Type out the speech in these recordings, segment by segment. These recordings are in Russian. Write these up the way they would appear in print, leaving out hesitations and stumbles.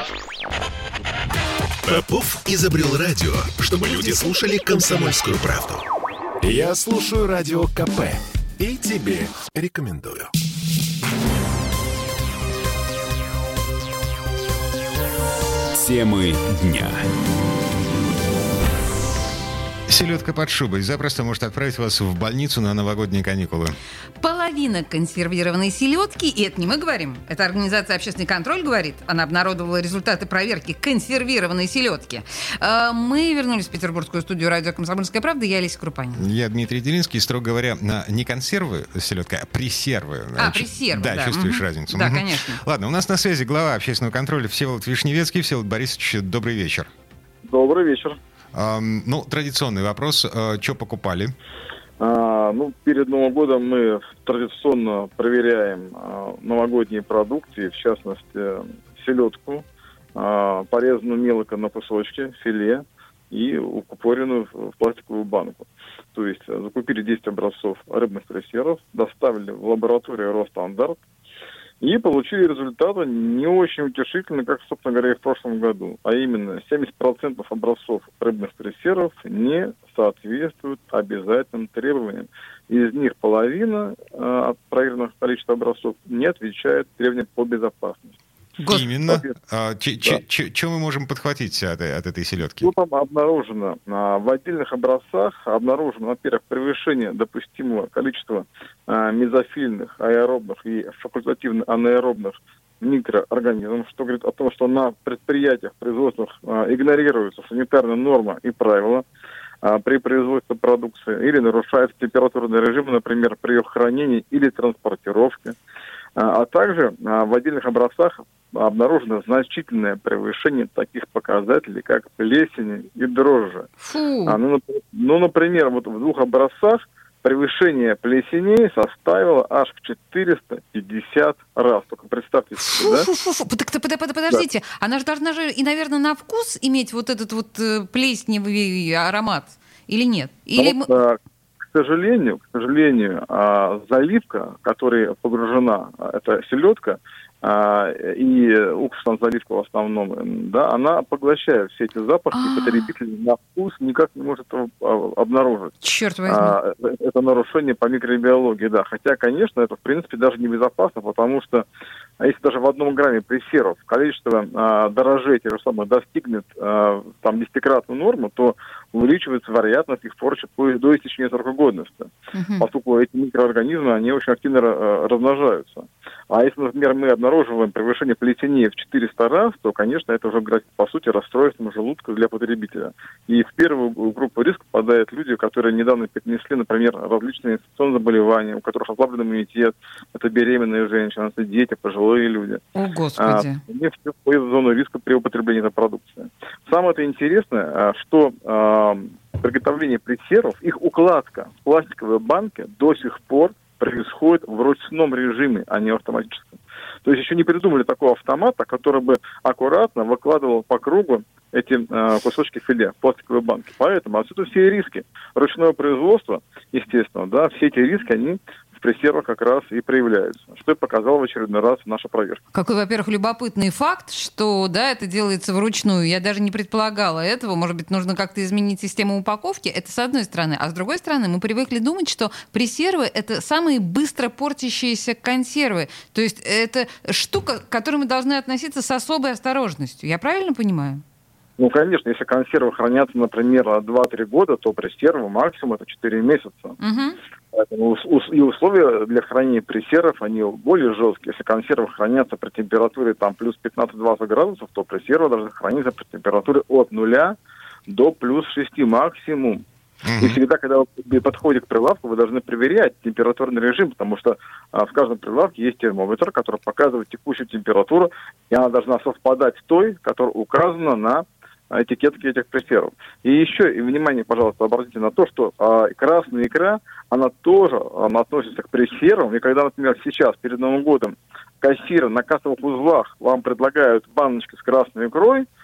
Попов изобрел радио, чтобы люди слушали «Комсомольскую правду». Я слушаю Радио КП и тебе рекомендую. Темы дня. Селедка под шубой запросто может отправить вас в больницу на новогодние каникулы. Половина консервированной селедки, и это не мы говорим, это организация «Общественный контроль» говорит, она обнародовала результаты проверки консервированной селедки. Мы вернулись в петербургскую студию радио «Комсомольская правда», я Олеся Крупанина. Я Дмитрий Делинский, строго говоря, не консервы селедка, а пресервы. Пресервы, да. Чувствуешь разницу? Да, конечно. Ладно, у нас на связи глава общественного контроля Всеволод Вишневецкий. Всеволод Борисович, добрый вечер. Добрый вечер. Традиционный вопрос. Что покупали? Перед Новым годом мы традиционно проверяем новогодние продукты, в частности, селедку, порезанную мелко на кусочки, филе и укупоренную в пластиковую банку. То есть закупили 10 образцов рыбных пресервов, доставили в лабораторию «Росстандарт» и получили результаты не очень утешительные, как, собственно говоря, и в прошлом году. А именно, 70% образцов рыбных пресервов не соответствуют обязательным требованиям. Из них половина от проверенных количества образцов не отвечает требованиям по безопасности. Именно. Что мы можем подхватить от этой селедки? Там обнаружено в отдельных образцах, во-первых, превышение допустимого количества мезофильных, аэробных и факультативно анаэробных микроорганизмов, что говорит о том, что на предприятиях производственных игнорируются санитарные нормы и правила при производстве продукции или нарушается температурный режим, например, при ее хранении или транспортировке. А также в отдельных образцах обнаружено значительное превышение таких показателей, как плесень и дрожжи. Например, вот в 2 образцах превышение плесени составило аж в 450 раз. Только представьте себе, да? Подождите, да. Она же должна же и, наверное, на вкус иметь вот этот вот плесневый аромат, или нет? К сожалению, заливка, в которой погружена эта селедка, и уксусная заливка в основном, да, она поглощает все эти запахи, и потребитель на вкус никак не может обнаружить. Черт возьми. Это нарушение по микробиологии, да. Хотя, конечно, это, в принципе, даже небезопасно, потому что если даже в 1 грамме пресервов количество дрожжей тех же самых достигнет там 10-кратную норму, то увеличивается вероятность их порчи до истечения срока годности. Поскольку эти микроорганизмы, они очень активно размножаются. А если, например, мы обнаруживаем превышение плесени в 400 раз, то, конечно, это уже грозит, по сути, расстройством желудка для потребителя. И в первую группу риска попадают люди, которые недавно перенесли, например, различные инфекционные заболевания, у которых ослаблен иммунитет, это беременные женщины, это дети, пожилые люди. О, Господи! Они все входят в зону риска при употреблении этой продукции. Самое это интересное, что приготовление пресервов, их укладка в пластиковые банки до сих пор происходит в ручном режиме, а не автоматическом. То есть еще не придумали такого автомата, который бы аккуратно выкладывал по кругу эти кусочки филе в пластиковые банки. Поэтому отсюда все риски ручного производства, естественно, да, все эти риски, они в пресервах как раз и проявляются, что и показала в очередной раз наша проверка. Какой, во-первых, любопытный факт, что, да, это делается вручную. Я даже не предполагала этого. Может быть, нужно как-то изменить систему упаковки. Это с одной стороны. А с другой стороны, мы привыкли думать, что пресервы — это самые быстро портящиеся консервы. То есть это штука, к которой мы должны относиться с особой осторожностью. Я правильно понимаю? Конечно, если консервы хранятся, например, 2-3 года, то пресервы максимум это 4 месяца. Поэтому и условия для хранения пресервов, они более жесткие. Если консервы хранятся при температуре там, плюс 15-20 градусов, то пресервы должны храниться при температуре от 0 до плюс 6 максимум. И всегда, когда вы подходите к прилавку, вы должны проверять температурный режим, потому что в каждом прилавке есть термометр, который показывает текущую температуру, и она должна совпадать с той, которая указана на этикетки этих пресервов. И еще, и внимание, пожалуйста, обратите на то, что красная икра, она тоже относится к пресервам. И когда, например, сейчас, перед Новым годом, кассиры на кассовых узлах вам предлагают баночки с красной икрой,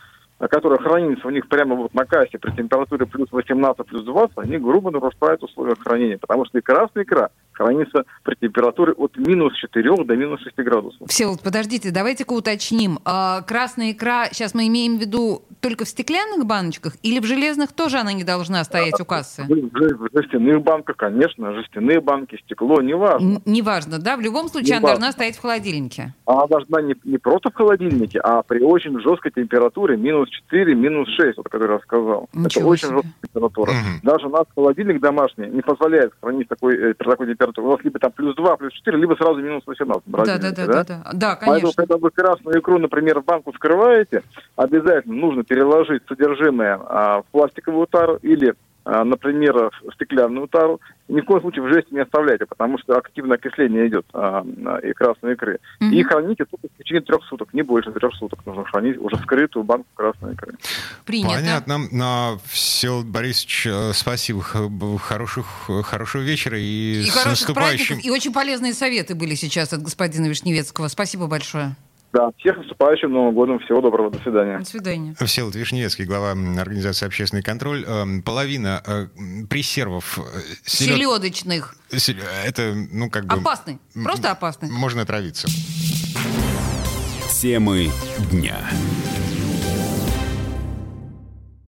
которая хранится у них прямо вот на кассе при температуре плюс 18, плюс 20, они грубо нарушают условия хранения, потому что и красная икра хранится при температуре от минус 4 до минус 6 градусов. Всеволод, подождите, давайте-ка уточним. Красная икра, сейчас мы имеем в виду только в стеклянных баночках или в железных тоже она не должна стоять у кассы? В жестяных банках, конечно, жестяные банки, стекло, неважно. Неважно, да? В любом случае она должна стоять в холодильнике. Она должна не просто в холодильнике, а при очень жесткой температуре минус 4, минус 6, вот, который я сказал. Ничего Это очень себе. жесткая температура. Даже у нас холодильник домашний не позволяет хранить при такой температуре. У вас либо там плюс 2, плюс 4, либо сразу минус 18. Да, конечно. Поэтому, когда вы красную икру, например, в банку вскрываете, обязательно нужно переложить содержимое в пластиковую тару или, например, в стеклянную тару. Ни в коем случае в жесте не оставляйте, потому что активное окисление идет и красной икры. И храните только в течение 3 суток, не больше 3 суток нужно хранить уже вскрытую банку красной икры. Принято. Понятно. Всеволод Борисович, спасибо. Хорошего вечера и с хороших наступающим. праздников. И очень полезные советы были сейчас от господина Вишневецкого. Спасибо большое. Да, всех с наступающим Новым годом. Всего доброго. До свидания. До свидания. Всеволод Вишневецкий, глава организации «Общественный контроль». Половина пресервов селедочных. Это, опасный. Просто опасный. Можно отравиться. Темы дня.